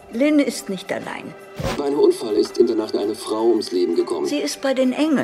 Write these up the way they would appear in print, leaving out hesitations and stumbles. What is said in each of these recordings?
Lynn ist nicht allein. Bei einem Unfall ist in der Nacht eine Frau ums Leben gekommen. Sie ist bei den Engeln.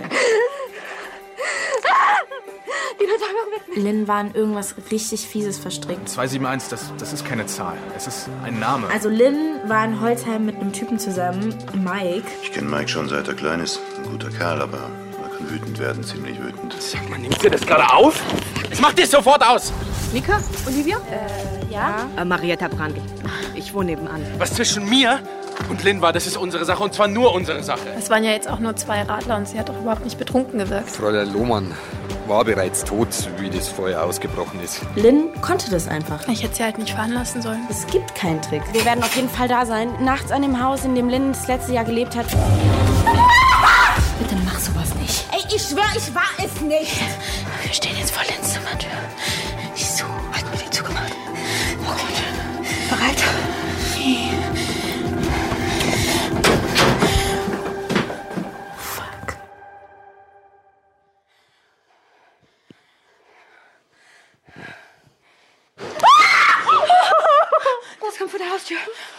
Lynn war in irgendwas richtig Fieses verstrickt. 271, das ist keine Zahl. Es ist ein Name. Also Lynn war in Holzheim mit einem Typen zusammen, Mike. Ich kenne Mike schon seit er klein ist. Ein guter Kerl, aber er kann wütend werden, ziemlich wütend. Sag mal, nimmt ihr das gerade auf? Ich mach dich sofort aus! Nika? Olivia? Ja? Marietta Brandl. Ich wohne nebenan. Was zwischen mir und Lynn war, das ist unsere Sache. Und zwar nur unsere Sache. Es waren ja jetzt auch nur 2 Radler und sie hat doch überhaupt nicht betrunken gewirkt. Fräulein Lohmann war bereits tot, wie das Feuer ausgebrochen ist. Lynn konnte das einfach. Ich hätte sie halt nicht fahren lassen sollen. Es gibt keinen Trick. Wir werden auf jeden Fall da sein. Nachts an dem Haus, in dem Lynn das letzte Jahr gelebt hat. Bitte mach sowas nicht. Ey, ich schwör, ich war es nicht. Wir stehen jetzt vor Lynns Zimmertür. Siehst du, hat mir die zugemacht. Gut. Bereit? Fuck. Das kommt vor der Haustür.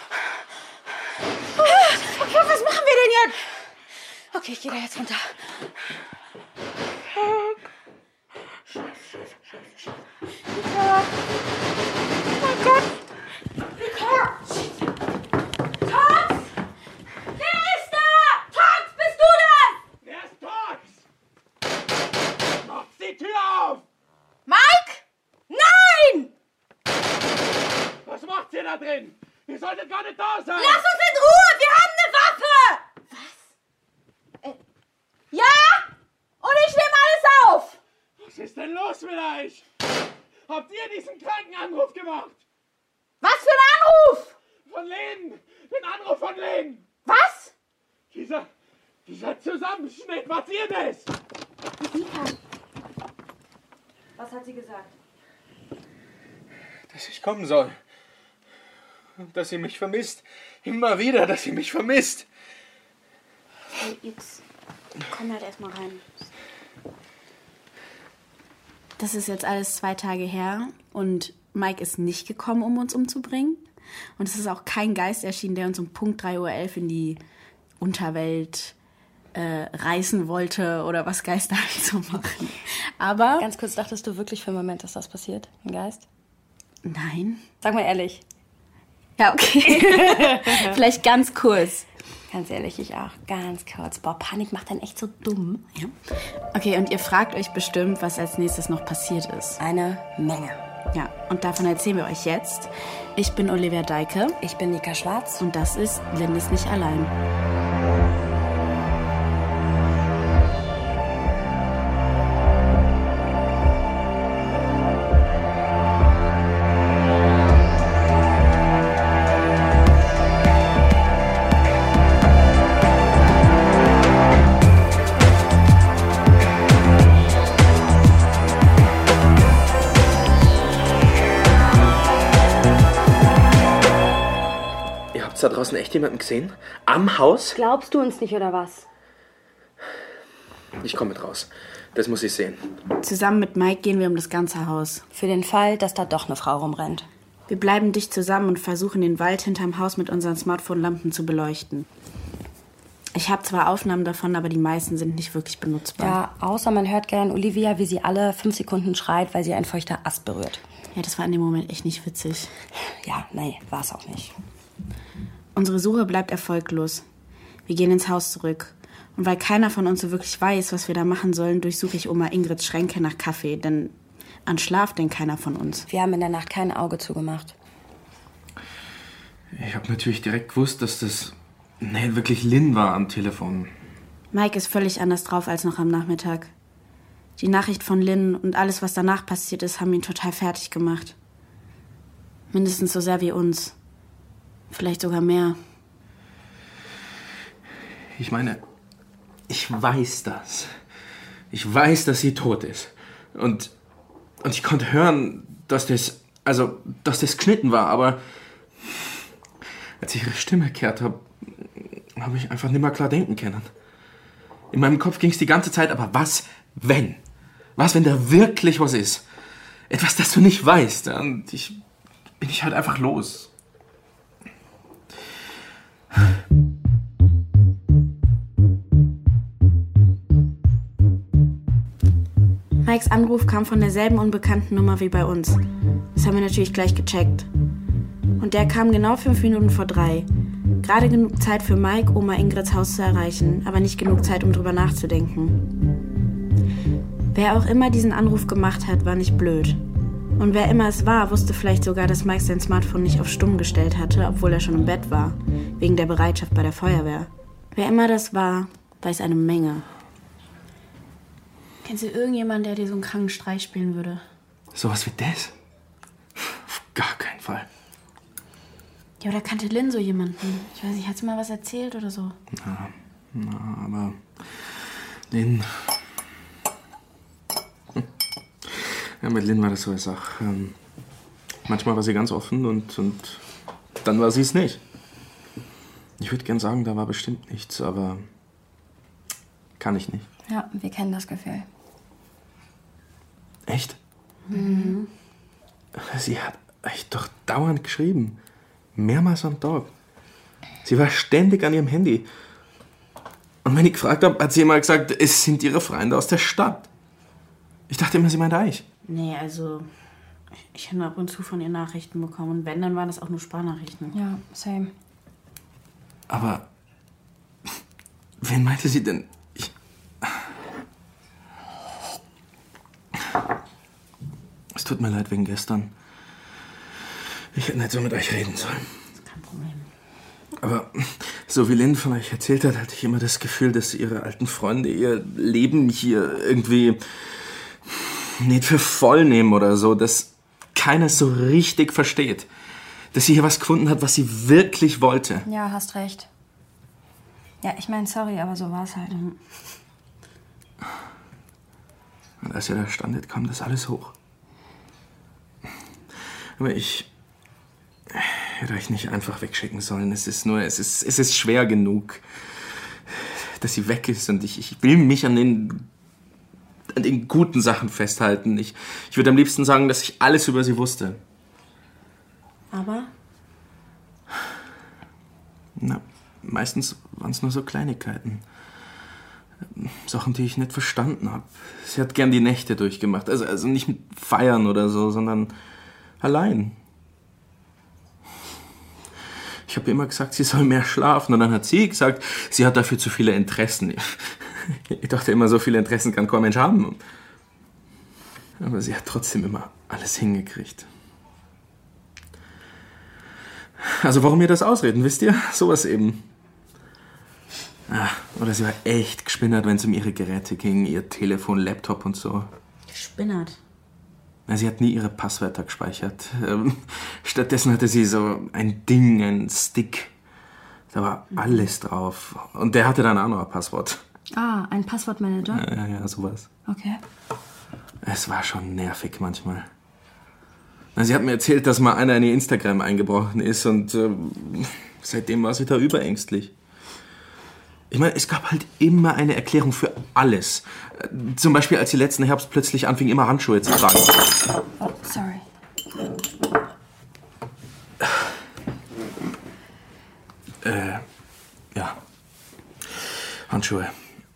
Was machen wir denn jetzt? Okay, ich gehe da jetzt runter. Nika. Oh mein Gott. Nika. Tox! Wer ist da? Tox, bist du das? Wer ist Tox? Macht die Tür auf! Mike? Nein! Was macht ihr da drin? Ihr solltet gar nicht da sein! Lass uns in Ruhe! Wir haben eine Waffe! Was? Ja? Und ich nehme alles auf! Was ist denn los mit euch? Habt ihr diesen kranken Anruf gemacht? Was für ein Anruf? Von Lynn! Den Anruf von Lynn! Was? Dieser Zusammenschnitt, was ihr das? Nika. Was hat sie gesagt? Dass ich kommen soll. Und dass sie mich vermisst. Immer wieder, dass sie mich vermisst. Hey, jetzt komm halt erstmal rein. Das ist jetzt alles 2 Tage her und Mike ist nicht gekommen, um uns umzubringen. Und es ist auch kein Geist erschienen, der uns um Punkt 3:11 Uhr in die Unterwelt reißen wollte oder was Geister halt so machen. Aber... Ganz kurz, dachtest du wirklich für einen Moment, dass das passiert? Ein Geist? Nein. Sag mal ehrlich. Ja, okay. Vielleicht ganz kurz. Ganz ehrlich, ich auch. Ganz kurz. Boah, Panik macht dann echt so dumm. Ja. Okay, und ihr fragt euch bestimmt, was als nächstes noch passiert ist. Eine Menge. Ja, und davon erzählen wir euch jetzt. Ich bin Olivia Deike. Ich bin Nika Schwarz. Und das ist Lynn ist nicht allein. Habt ihr da draußen echt jemanden gesehen? Am Haus? Glaubst du uns nicht, oder was? Ich komme mit raus. Das muss ich sehen. Zusammen mit Mike gehen wir um das ganze Haus. Für den Fall, dass da doch eine Frau rumrennt. Wir bleiben dicht zusammen und versuchen, den Wald hinterm Haus mit unseren Smartphone-Lampen zu beleuchten. Ich habe zwar Aufnahmen davon, aber die meisten sind nicht wirklich benutzbar. Ja, außer man hört gern Olivia, wie sie alle 5 Sekunden schreit, weil sie ein feuchter Ast berührt. Ja, das war in dem Moment echt nicht witzig. Ja, nee, war es auch nicht. Unsere Suche bleibt erfolglos. Wir gehen ins Haus zurück. Und weil keiner von uns so wirklich weiß, was wir da machen sollen, durchsuche ich Oma Ingrids Schränke nach Kaffee, denn an Schlaf denkt keiner von uns. Wir haben in der Nacht kein Auge zugemacht. Ich habe natürlich direkt gewusst, dass das wirklich Lynn war am Telefon. Mike ist völlig anders drauf als noch am Nachmittag. Die Nachricht von Lynn und alles, was danach passiert ist, haben ihn total fertig gemacht. Mindestens so sehr wie uns. Vielleicht sogar mehr. Ich meine, ich weiß das. Ich weiß, dass sie tot ist. Und ich konnte hören, dass das geschnitten war, aber als ich ihre Stimme gehört habe, habe ich einfach nicht mehr klar denken können. In meinem Kopf ging es die ganze Zeit, aber was, wenn? Was, wenn da wirklich was ist? Etwas, das du nicht weißt. Und bin ich halt einfach los. Mikes Anruf kam von derselben unbekannten Nummer wie bei uns. Das haben wir natürlich gleich gecheckt. Und der kam genau 5 Minuten vor 3. Gerade genug Zeit für Mike, Oma Ingrids Haus zu erreichen, aber nicht genug Zeit, um drüber nachzudenken. Wer auch immer diesen Anruf gemacht hat, war nicht blöd. Und wer immer es war, wusste vielleicht sogar, dass Mike sein Smartphone nicht auf stumm gestellt hatte, obwohl er schon im Bett war, wegen der Bereitschaft bei der Feuerwehr. Wer immer das war, weiß eine Menge. Kennst du irgendjemanden, der dir so einen kranken Streich spielen würde? Sowas wie das? Auf gar keinen Fall. Ja, oder kannte Lynn so jemanden? Ich weiß nicht, hat sie mal was erzählt oder so? Na, aber Lynn... Ja, mit Lynn war das so eine Sache. Manchmal war sie ganz offen und dann war sie es nicht. Ich würde gern sagen, da war bestimmt nichts, aber kann ich nicht. Ja, wir kennen das Gefühl. Echt? Mhm. Sie hat echt doch dauernd geschrieben. Mehrmals am Tag. Sie war ständig an ihrem Handy. Und wenn ich gefragt habe, hat sie immer gesagt, es sind ihre Freunde aus der Stadt. Ich dachte immer, sie meint euch. Nee, also ich habe ab und zu von ihr Nachrichten bekommen. Und wenn, dann waren das auch nur Sprachnachrichten. Ja, same. Aber wen meinte sie denn? Es tut mir leid wegen gestern. Ich hätte nicht so mit euch reden sollen. Das ist kein Problem. Aber so wie Lynn von euch erzählt hat, hatte ich immer das Gefühl, dass ihre alten Freunde ihr Leben hier irgendwie nicht für voll nehmen oder so, dass keiner so richtig versteht. Dass sie hier was gefunden hat, was sie wirklich wollte. Ja, hast recht. Ja, ich meine, sorry, aber so war es halt. Und als ihr da standet, kam das alles hoch. Aber ich hätte euch nicht einfach wegschicken sollen. Es ist schwer genug, dass sie weg ist. Und ich will mich an den guten Sachen festhalten. Ich würde am liebsten sagen, dass ich alles über sie wusste. Aber? Na, meistens waren es nur so Kleinigkeiten. Sachen, die ich nicht verstanden habe. Sie hat gern die Nächte durchgemacht. Also nicht mit Feiern oder so, sondern allein. Ich habe immer gesagt, sie soll mehr schlafen. Und dann hat sie gesagt, sie hat dafür zu viele Interessen. Ich dachte immer, so viele Interessen kann kein Mensch haben. Aber sie hat trotzdem immer alles hingekriegt. Also warum mir das ausreden, wisst ihr? Sowas eben. Oder sie war echt gespinnert, wenn es um ihre Geräte ging. Ihr Telefon, Laptop und so. Gespinnert? Na, sie hat nie ihre Passwörter gespeichert. Stattdessen hatte sie so ein Ding, ein Stick. Da war alles drauf. Und der hatte dann auch noch ein Passwort. Ah, ein Passwortmanager? Ja, sowas. Okay. Es war schon nervig manchmal. Na, sie hat mir erzählt, dass mal einer in ihr Instagram eingebrochen ist und seitdem war sie da überängstlich. Ich meine, es gab halt immer eine Erklärung für alles. Zum Beispiel, als sie letzten Herbst plötzlich anfing, immer Handschuhe zu tragen. Oh, sorry. Ja. Handschuhe.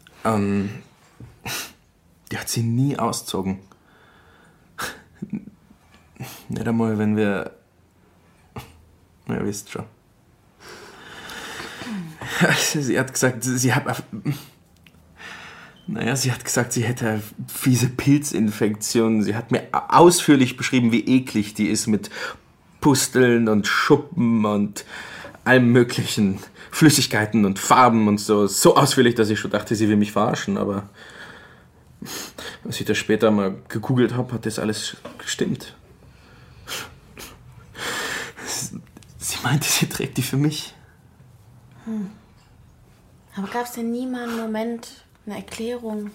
Die hat sie nie ausgezogen. Nicht einmal, wenn wir... Na, ihr wisst schon. Sie hat gesagt, sie hat gesagt, sie hätte eine fiese Pilzinfektion. Sie hat mir ausführlich beschrieben, wie eklig die ist mit Pusteln und Schuppen und allem möglichen Flüssigkeiten und Farben und so. So ausführlich, dass ich schon dachte, sie will mich verarschen. Aber als ich das später mal gegoogelt habe, hat das alles gestimmt. Sie meinte, sie trägt die für mich. Aber gab es denn nie mal einen Moment, eine Erklärung?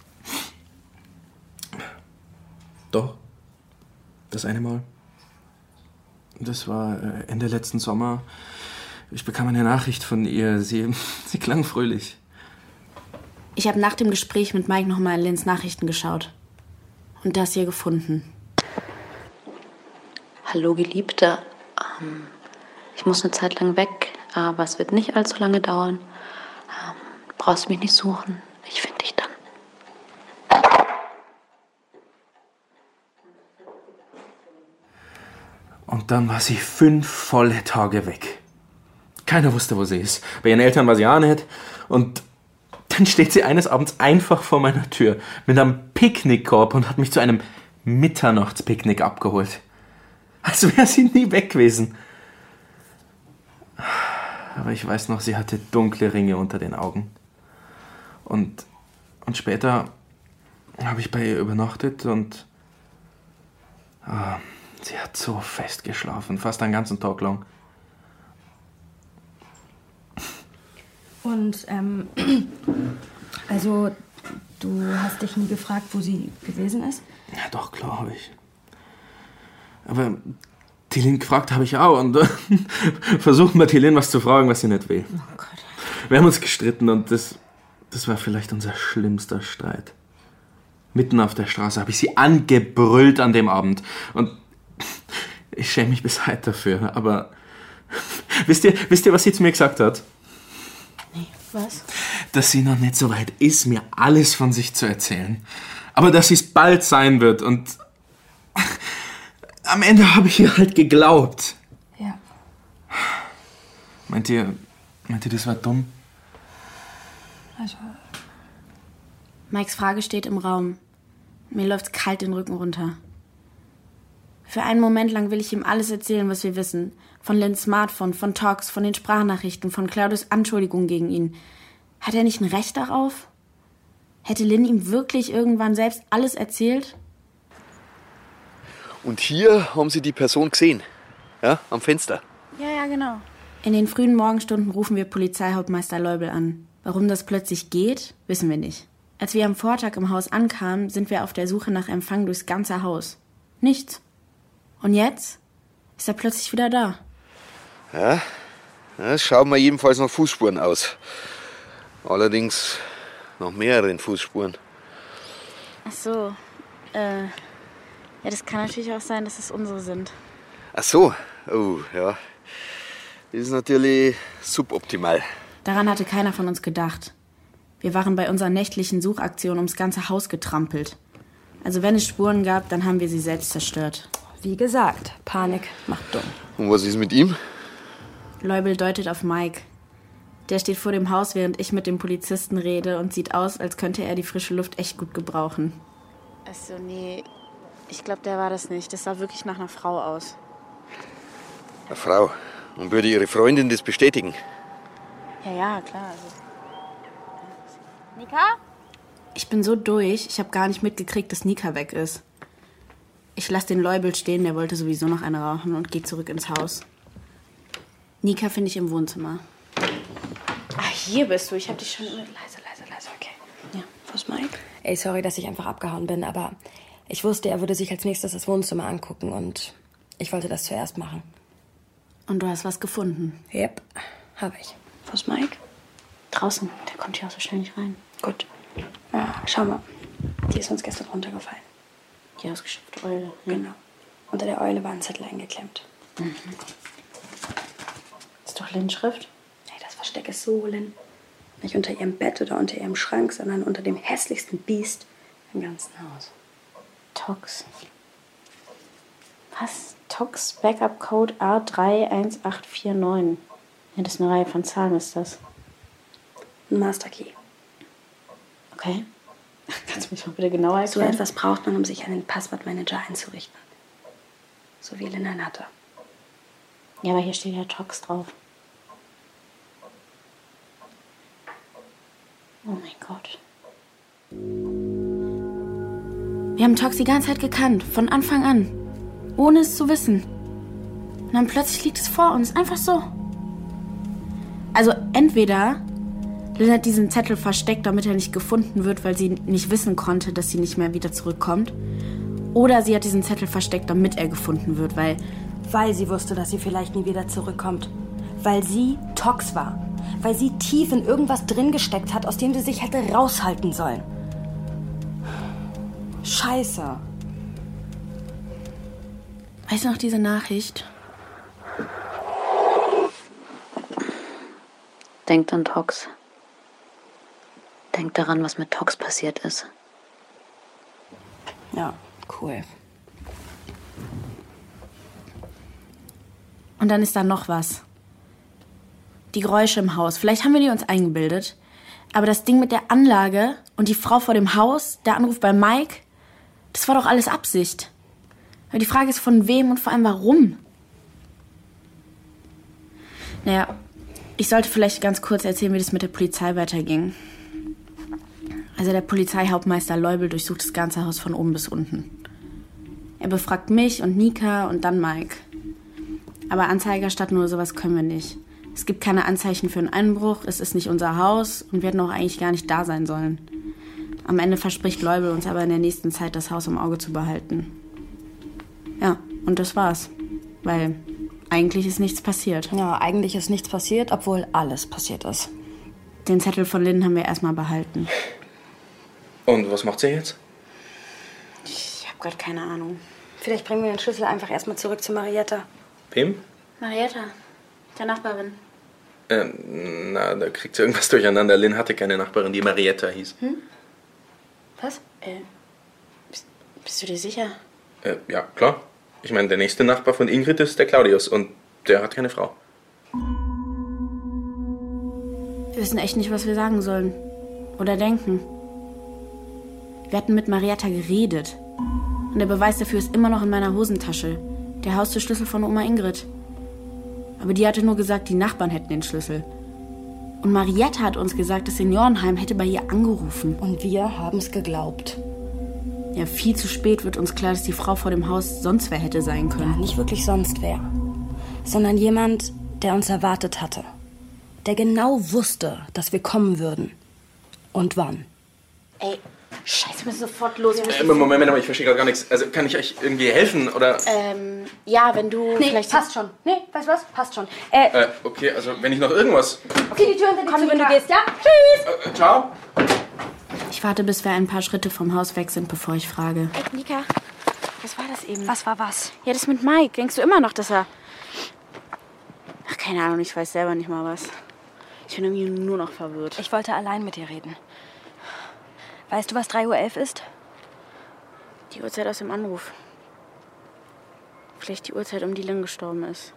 Doch. Das eine Mal. Das war Ende letzten Sommer. Ich bekam eine Nachricht von ihr. Sie klang fröhlich. Ich habe nach dem Gespräch mit Mike nochmal in Lynns Nachrichten geschaut. Und das hier gefunden. Hallo Geliebte. Ich muss eine Zeit lang weg, aber es wird nicht allzu lange dauern. Du brauchst mich nicht suchen. Ich finde dich dann. dann war sie 5 volle Tage weg. Keiner wusste, wo sie ist. Bei ihren Eltern war sie auch nicht. Und dann steht sie eines Abends einfach vor meiner Tür mit einem Picknickkorb und hat mich zu einem Mitternachtspicknick abgeholt. Als wäre sie nie weg gewesen. Aber ich weiß noch, sie hatte dunkle Ringe unter den Augen. Und später habe ich bei ihr übernachtet und sie hat so fest geschlafen, fast einen ganzen Tag lang. Und, also, du hast dich nie gefragt, wo sie gewesen ist? Ja, doch, klar habe ich. Aber Tilin gefragt habe ich auch und versuchen wir Tilin was zu fragen, was sie nicht will. Oh Gott. Wir haben uns gestritten und das war vielleicht unser schlimmster Streit. Mitten auf der Straße habe ich sie angebrüllt an dem Abend. Und ich schäme mich bis heute dafür. Aber wisst ihr, was sie zu mir gesagt hat? Nee, was? Dass sie noch nicht so weit ist, mir alles von sich zu erzählen. Aber dass sie es bald sein wird. Und am Ende habe ich ihr halt geglaubt. Ja. Meint ihr, das war dumm? Also... Mikes Frage steht im Raum. Mir läuft's kalt den Rücken runter. Für einen Moment lang will ich ihm alles erzählen, was wir wissen. Von Lynns Smartphone, von Talks, von den Sprachnachrichten, von Claudius Anschuldigungen gegen ihn. Hat er nicht ein Recht darauf? Hätte Lynn ihm wirklich irgendwann selbst alles erzählt? Und hier haben Sie die Person gesehen. Ja, am Fenster. Ja, genau. In den frühen Morgenstunden rufen wir Polizeihauptmeister Leubel an. Warum das plötzlich geht, wissen wir nicht. Als wir am Vortag im Haus ankamen, sind wir auf der Suche nach Empfang durchs ganze Haus. Nichts. Und jetzt ist er plötzlich wieder da. Ja, es schaut mir jedenfalls nach Fußspuren aus. Allerdings nach mehreren Fußspuren. Ach so. Ja, das kann natürlich auch sein, dass es unsere sind. Ach so. Oh, ja. Das ist natürlich suboptimal. Daran hatte keiner von uns gedacht. Wir waren bei unserer nächtlichen Suchaktion ums ganze Haus getrampelt. Also wenn es Spuren gab, dann haben wir sie selbst zerstört. Wie gesagt, Panik macht dumm. Und was ist mit ihm? Leubel deutet auf Mike. Der steht vor dem Haus, während ich mit dem Polizisten rede und sieht aus, als könnte er die frische Luft echt gut gebrauchen. Achso, nee. Ich glaube, der war das nicht. Das sah wirklich nach einer Frau aus. Eine Frau. Und würde Ihre Freundin das bestätigen? Ja, klar. Also. Nika? Ich bin so durch, ich habe gar nicht mitgekriegt, dass Nika weg ist. Ich lasse den Leubel stehen, der wollte sowieso noch eine rauchen und gehe zurück ins Haus. Nika finde ich im Wohnzimmer. Ah, hier bist du. Ich habe dich schon... Leise, okay. Ja, wo ist Mike? Ey, sorry, dass ich einfach abgehauen bin, aber ich wusste, er würde sich als nächstes das Wohnzimmer angucken und ich wollte das zuerst machen. Und du hast was gefunden? Yep, habe ich. Wo ist Mike? Draußen. Der kommt hier auch so schnell nicht rein. Gut. Ja, schau mal. Die ist uns gestern runtergefallen. Die ausgeschöpfte Eule. Ja. Genau. Unter der Eule war ein Zettel eingeklemmt. Mhm. Ist doch Lynns Schrift? Nee, das Versteck ist so Lynn. Nicht unter ihrem Bett oder unter ihrem Schrank, sondern unter dem hässlichsten Biest im ganzen Haus. Tox. Was? Tox Backup Code A31849. Ja, das ist eine Reihe von Zahlen, ist das. Ein Master Key. Okay. Kannst du mich mal bitte genauer erklären? So etwas braucht man, um sich einen Passwortmanager einzurichten. So wie Lynn einen hatte. Ja, aber hier steht ja Tox drauf. Oh mein Gott. Wir haben Tox die ganze Zeit gekannt, von Anfang an. Ohne es zu wissen. Und dann plötzlich liegt es vor uns, einfach so. Also entweder Lynn hat diesen Zettel versteckt, damit er nicht gefunden wird, weil sie nicht wissen konnte, dass sie nicht mehr wieder zurückkommt. Oder sie hat diesen Zettel versteckt, damit er gefunden wird, weil sie wusste, dass sie vielleicht nie wieder zurückkommt. Weil sie Tox war. Weil sie tief in irgendwas drin gesteckt hat, aus dem sie sich hätte raushalten sollen. Scheiße. Weißt du noch diese Nachricht? Denkt an Tox. Denkt daran, was mit Tox passiert ist. Ja, cool. Und dann ist da noch was. Die Geräusche im Haus. Vielleicht haben wir die uns eingebildet. Aber das Ding mit der Anlage und die Frau vor dem Haus, der Anruf bei Mike, das war doch alles Absicht. Aber die Frage ist, von wem und vor allem warum? Naja, ich sollte vielleicht ganz kurz erzählen, wie das mit der Polizei weiterging. Also der Polizeihauptmeister Leubel durchsucht das ganze Haus von oben bis unten. Er befragt mich und Nika und dann Mike. Aber Anzeigerstatten oder sowas können wir nicht. Es gibt keine Anzeichen für einen Einbruch, es ist nicht unser Haus und wir hätten auch eigentlich gar nicht da sein sollen. Am Ende verspricht Leubel uns aber in der nächsten Zeit, das Haus im Auge zu behalten. Ja, und das war's. Weil eigentlich ist nichts passiert. Ja, eigentlich ist nichts passiert, obwohl alles passiert ist. Den Zettel von Lynn haben wir erstmal behalten. Und was macht sie jetzt? Ich hab grad keine Ahnung. Vielleicht bringen wir den Schlüssel einfach erstmal zurück zu Marietta. Wem? Marietta, der Nachbarin. Da kriegt sie irgendwas durcheinander. Lynn hatte keine Nachbarin, die Marietta hieß. Was? Bist du dir sicher? Ja, klar. Ich meine, der nächste Nachbar von Ingrid ist der Claudius und der hat keine Frau. Wir wissen echt nicht, was wir sagen sollen. Oder denken. Wir hatten mit Marietta geredet. Und der Beweis dafür ist immer noch in meiner Hosentasche. Der Haustürschlüssel von Oma Ingrid. Aber die hatte nur gesagt, die Nachbarn hätten den Schlüssel. Und Marietta hat uns gesagt, das Seniorenheim hätte bei ihr angerufen. Und wir haben es geglaubt. Ja, viel zu spät wird uns klar, dass die Frau vor dem Haus sonst wer hätte sein können. Ja, nicht wirklich sonst wer. Sondern jemand, der uns erwartet hatte. Der genau wusste, dass wir kommen würden. Und wann. Ey, scheiße, wir müssen sofort los. Moment, aber ich verstehe gerade gar nichts. Also kann ich euch irgendwie helfen, oder? Ja, wenn du vielleicht... passt schon. Nee, weißt du was? Passt schon. Okay, also wenn ich noch irgendwas... Okay, die Tür hinter dir zu, wenn du gehst, ja? Tschüss! Ciao! Ich warte, bis wir ein paar Schritte vom Haus weg sind, bevor ich frage. Ey, Nika, was war das eben? Was war was? Ja, das mit Mike. Denkst du immer noch, dass er... Ach, keine Ahnung, ich weiß selber nicht mal was. Ich bin irgendwie nur noch verwirrt. Ich wollte allein mit dir reden. Weißt du, was 3:11 Uhr ist? Die Uhrzeit aus dem Anruf. Vielleicht die Uhrzeit, um die Lynn gestorben ist.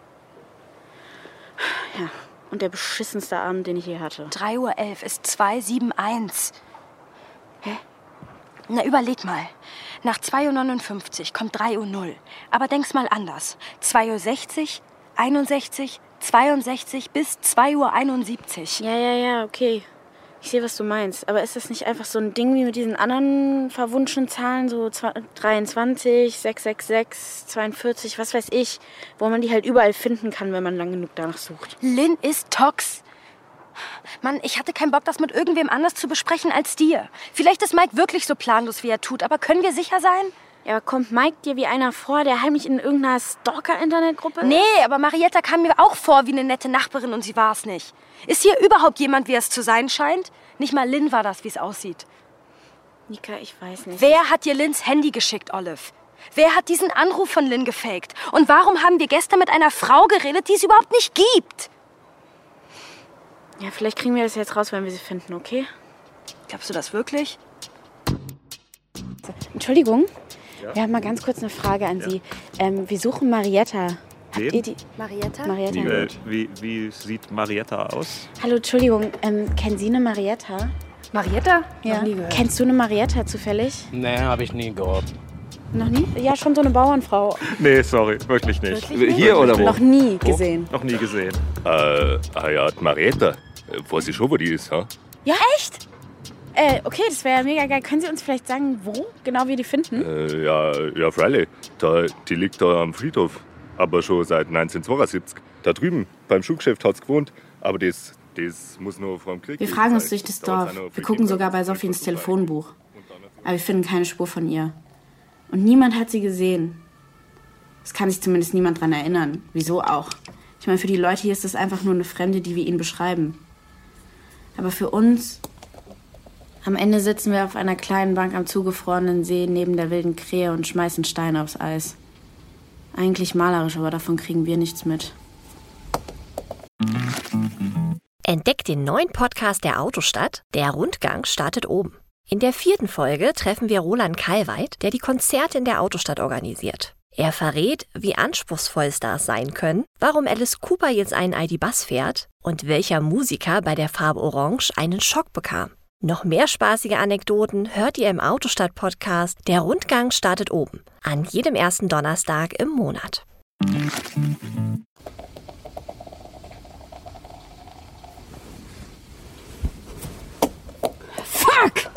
Ja, und der beschissenste Abend, den ich je hatte. 3:11 Uhr ist 271. Hä? Na, überleg mal. Nach 2:59 Uhr kommt 3:00 Uhr. Aber denk's mal anders. 2:60 Uhr, 61, 62 bis 2:71 Uhr. Ja, okay. Ich sehe, was du meinst. Aber ist das nicht einfach so ein Ding wie mit diesen anderen verwunschenen Zahlen, so 23, 666, 42, was weiß ich, wo man die halt überall finden kann, wenn man lang genug danach sucht? Lynn ist Tox. Mann, ich hatte keinen Bock, das mit irgendwem anders zu besprechen als dir. Vielleicht ist Mike wirklich so planlos, wie er tut, aber können wir sicher sein? Ja, aber kommt Mike dir wie einer vor, der heimlich in irgendeiner Stalker-Internetgruppe ist? Nee, aber Marietta kam mir auch vor wie eine nette Nachbarin und sie war es nicht. Ist hier überhaupt jemand, wie es zu sein scheint? Nicht mal Lynn war das, wie es aussieht. Nika, ich weiß nicht. Wer hat dir Lynns Handy geschickt, Olive? Wer hat diesen Anruf von Lynn gefaked? Und warum haben wir gestern mit einer Frau geredet, die es überhaupt nicht gibt? Ja, vielleicht kriegen wir das jetzt raus, wenn wir sie finden, okay? Glaubst du das wirklich? Entschuldigung, Ja? wir haben mal ganz kurz eine Frage an Sie. Wir suchen Marietta. Wen? Habt ihr die? Marietta? Marietta. Wie sieht Marietta aus? Hallo, Entschuldigung, kennen Sie eine Marietta? Marietta? Ja. Noch nie gehört. Kennst du eine Marietta zufällig? Nee, habe ich nie gehört. Noch nie? Ja, schon so eine Bauernfrau. Nee, sorry, wirklich nicht. Wirklich nicht? Hier oder wo? Noch nie gesehen. Noch nie gesehen. Ja, Marietta. Weiß ich schon, wo die ist, ha? Ja, echt? Okay, das wäre ja mega geil. Können Sie uns vielleicht sagen, wo genau wir die finden? Ja, freilich. Die liegt da am Friedhof. Aber schon seit 1972. Da drüben, beim Schuhgeschäft hat's gewohnt. Aber das muss nur vor dem Krieg. Wir fragen uns durch das Dorf. Wir gucken sogar bei Sophie ins Telefonbuch. Aber wir finden keine Spur von ihr. Und niemand hat sie gesehen. Es kann sich zumindest niemand dran erinnern. Wieso auch? Ich meine, für die Leute hier ist das einfach nur eine Fremde, die wir ihnen beschreiben. Aber für uns... Am Ende sitzen wir auf einer kleinen Bank am zugefrorenen See neben der wilden Krähe und schmeißen Steine aufs Eis. Eigentlich malerisch, aber davon kriegen wir nichts mit. Entdeckt den neuen Podcast der Autostadt. Der Rundgang startet oben. In der 4. Folge treffen wir Roland Kalweit, der die Konzerte in der Autostadt organisiert. Er verrät, wie anspruchsvoll Stars sein können, warum Alice Cooper jetzt einen ID-Bus fährt und welcher Musiker bei der Farbe Orange einen Schock bekam. Noch mehr spaßige Anekdoten hört ihr im Autostadt-Podcast. Der Rundgang startet oben, an jedem ersten Donnerstag im Monat. Fuck!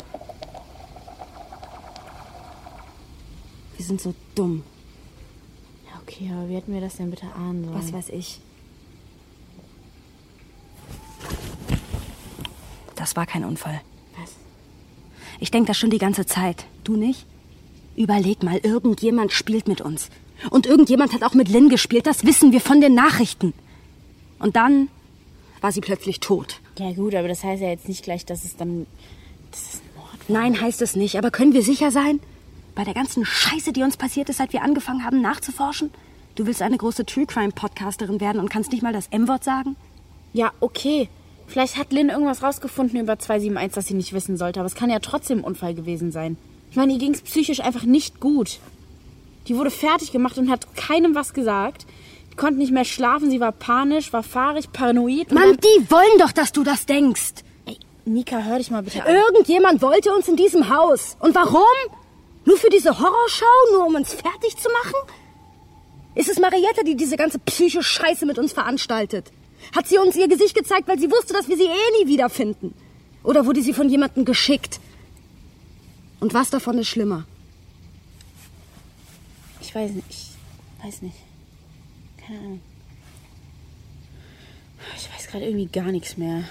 Wir sind so dumm. Ja, okay, aber wie hätten wir das denn bitte ahnen sollen? Was weiß ich. Das war kein Unfall. Was? Ich denke das schon die ganze Zeit. Du nicht? Überleg mal, irgendjemand spielt mit uns. Und irgendjemand hat auch mit Lynn gespielt, das wissen wir von den Nachrichten. Und dann war sie plötzlich tot. Ja gut, aber das heißt ja jetzt nicht gleich, dass es dann... Das ist ein Mord. Nein, heißt es nicht. Aber können wir sicher sein? Bei der ganzen Scheiße, die uns passiert ist, seit wir angefangen haben nachzuforschen? Du willst eine große True-Crime-Podcasterin werden und kannst nicht mal das M-Wort sagen? Ja, okay. Vielleicht hat Lynn irgendwas rausgefunden über 271, das sie nicht wissen sollte. Aber es kann ja trotzdem ein Unfall gewesen sein. Ich meine, ihr ging es psychisch einfach nicht gut. Die wurde fertig gemacht und hat keinem was gesagt. Die konnte nicht mehr schlafen, sie war panisch, war fahrig, paranoid. Mann, die wollen doch, dass du das denkst. Ey, Nika, hör dich mal bitte an. Irgendjemand wollte uns in diesem Haus. Und warum? Nur für diese Horrorschau? Nur um uns fertig zu machen? Ist es Marietta, die diese ganze Psycho-Scheiße mit uns veranstaltet? Hat sie uns ihr Gesicht gezeigt, weil sie wusste, dass wir sie nie wiederfinden? Oder wurde sie von jemandem geschickt? Und was davon ist schlimmer? Ich weiß nicht. Keine Ahnung. Ich weiß gerade irgendwie gar nichts mehr.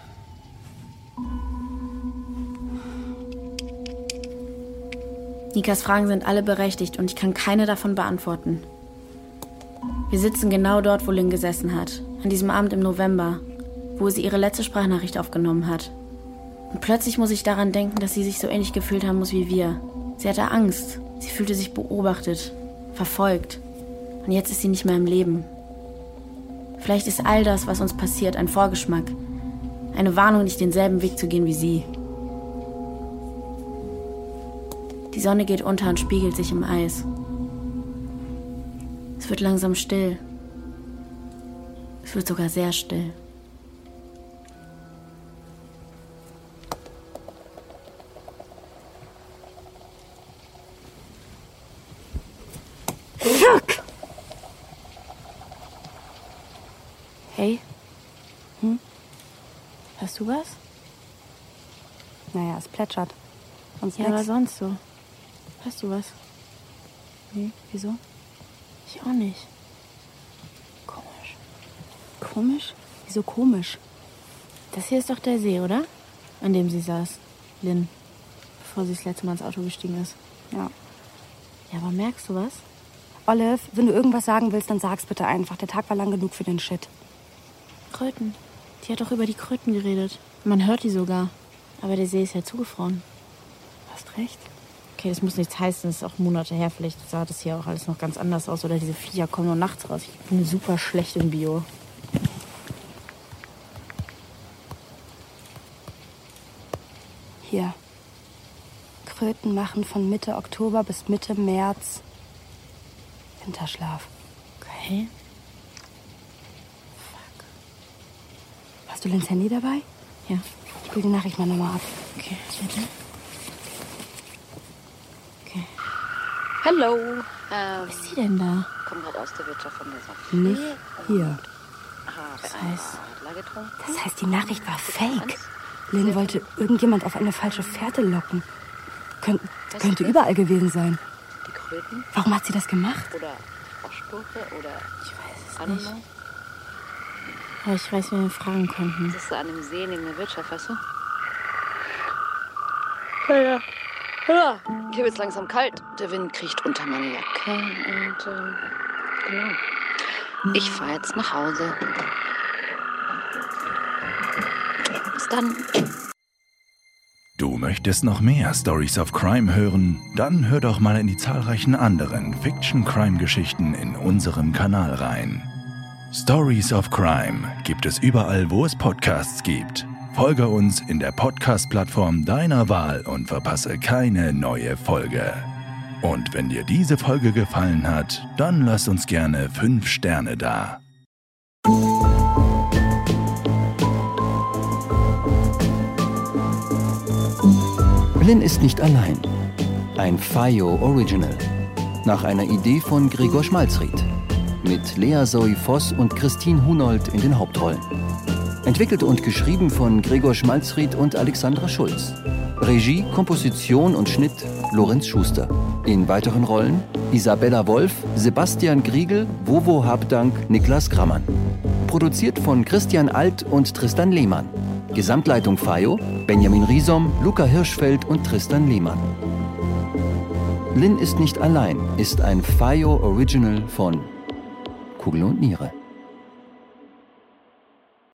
Nikas Fragen sind alle berechtigt und ich kann keine davon beantworten. Wir sitzen genau dort, wo Lynn gesessen hat. An diesem Abend im November, wo sie ihre letzte Sprachnachricht aufgenommen hat. Und plötzlich muss ich daran denken, dass sie sich so ähnlich gefühlt haben muss wie wir. Sie hatte Angst. Sie fühlte sich beobachtet, verfolgt. Und jetzt ist sie nicht mehr im Leben. Vielleicht ist all das, was uns passiert, ein Vorgeschmack. Eine Warnung, nicht denselben Weg zu gehen wie sie. Die Sonne geht unter und spiegelt sich im Eis. Es wird langsam still. Es wird sogar sehr still. Fuck! Hey? Hörst du was? Naja, es plätschert. Sonst ja, nix. aber sonst so. Hörst du was? Nee, wieso? Ich auch nicht. Komisch. Komisch? Wieso komisch? Das hier ist doch der See, oder? An dem sie saß. Lynn. Bevor sie das letzte Mal ins Auto gestiegen ist. Ja. Ja, aber merkst du was? Olive, wenn du irgendwas sagen willst, dann sag's bitte einfach. Der Tag war lang genug für den Shit. Kröten. Die hat doch über die Kröten geredet. Man hört die sogar. Aber der See ist ja zugefroren. Hast recht. Okay, das muss nichts heißen, das ist auch Monate her. Vielleicht sah das hier auch alles noch ganz anders aus. Oder diese Viecher kommen nur nachts raus. Ich bin super schlecht in Bio. Hier. Kröten machen von Mitte Oktober bis Mitte März Winterschlaf. Okay. Hast du Lynns Handy dabei? Ja. Ich spiele die Nachricht mal nochmal ab. Okay, bitte. Okay. Hallo. Wo ist sie denn da? Komm gerade aus der Wirtschaft von der Sache. Nicht hier. Das heißt, die Nachricht war fake. Lynn wollte irgendjemand auf eine falsche Fährte locken. Könnte überall gewesen sein. Die Kröten? Warum hat sie das gemacht? Oder Froschgurke oder... Ich weiß es nicht. Aber ich weiß, wen wir fragen könnten. Das ist so an dem See neben der Wirtschaft, weißt du? Ja. Ja. Ich habe jetzt langsam kalt. Der Wind kriecht unter meine Jacke und genau. Ich fahre jetzt nach Hause. Bis dann. Du möchtest noch mehr Stories of Crime hören? Dann hör doch mal in die zahlreichen anderen Fiction-Crime-Geschichten in unserem Kanal rein. Stories of Crime gibt es überall, wo es Podcasts gibt. Folge uns in der Podcast-Plattform deiner Wahl und verpasse keine neue Folge. Und wenn dir diese Folge gefallen hat, dann lass uns gerne 5 Sterne da. Lynn ist nicht allein. Ein FAIO Original. Nach einer Idee von Gregor Schmalzried. Mit Lea Zoe Voss und Christine Hunold in den Hauptrollen. Entwickelt und geschrieben von Gregor Schmalzried und Alexandra Schulz. Regie, Komposition und Schnitt Lorenz Schuster. In weiteren Rollen Isabella Wolf, Sebastian Griegel, Wowo Habdank, Niklas Grammann. Produziert von Christian Alt und Tristan Lehmann. Gesamtleitung FAIO, Benjamin Riesom, Luca Hirschfeld und Tristan Lehmann. Lynn ist nicht allein ist ein FAIO Original von Kugel und Niere.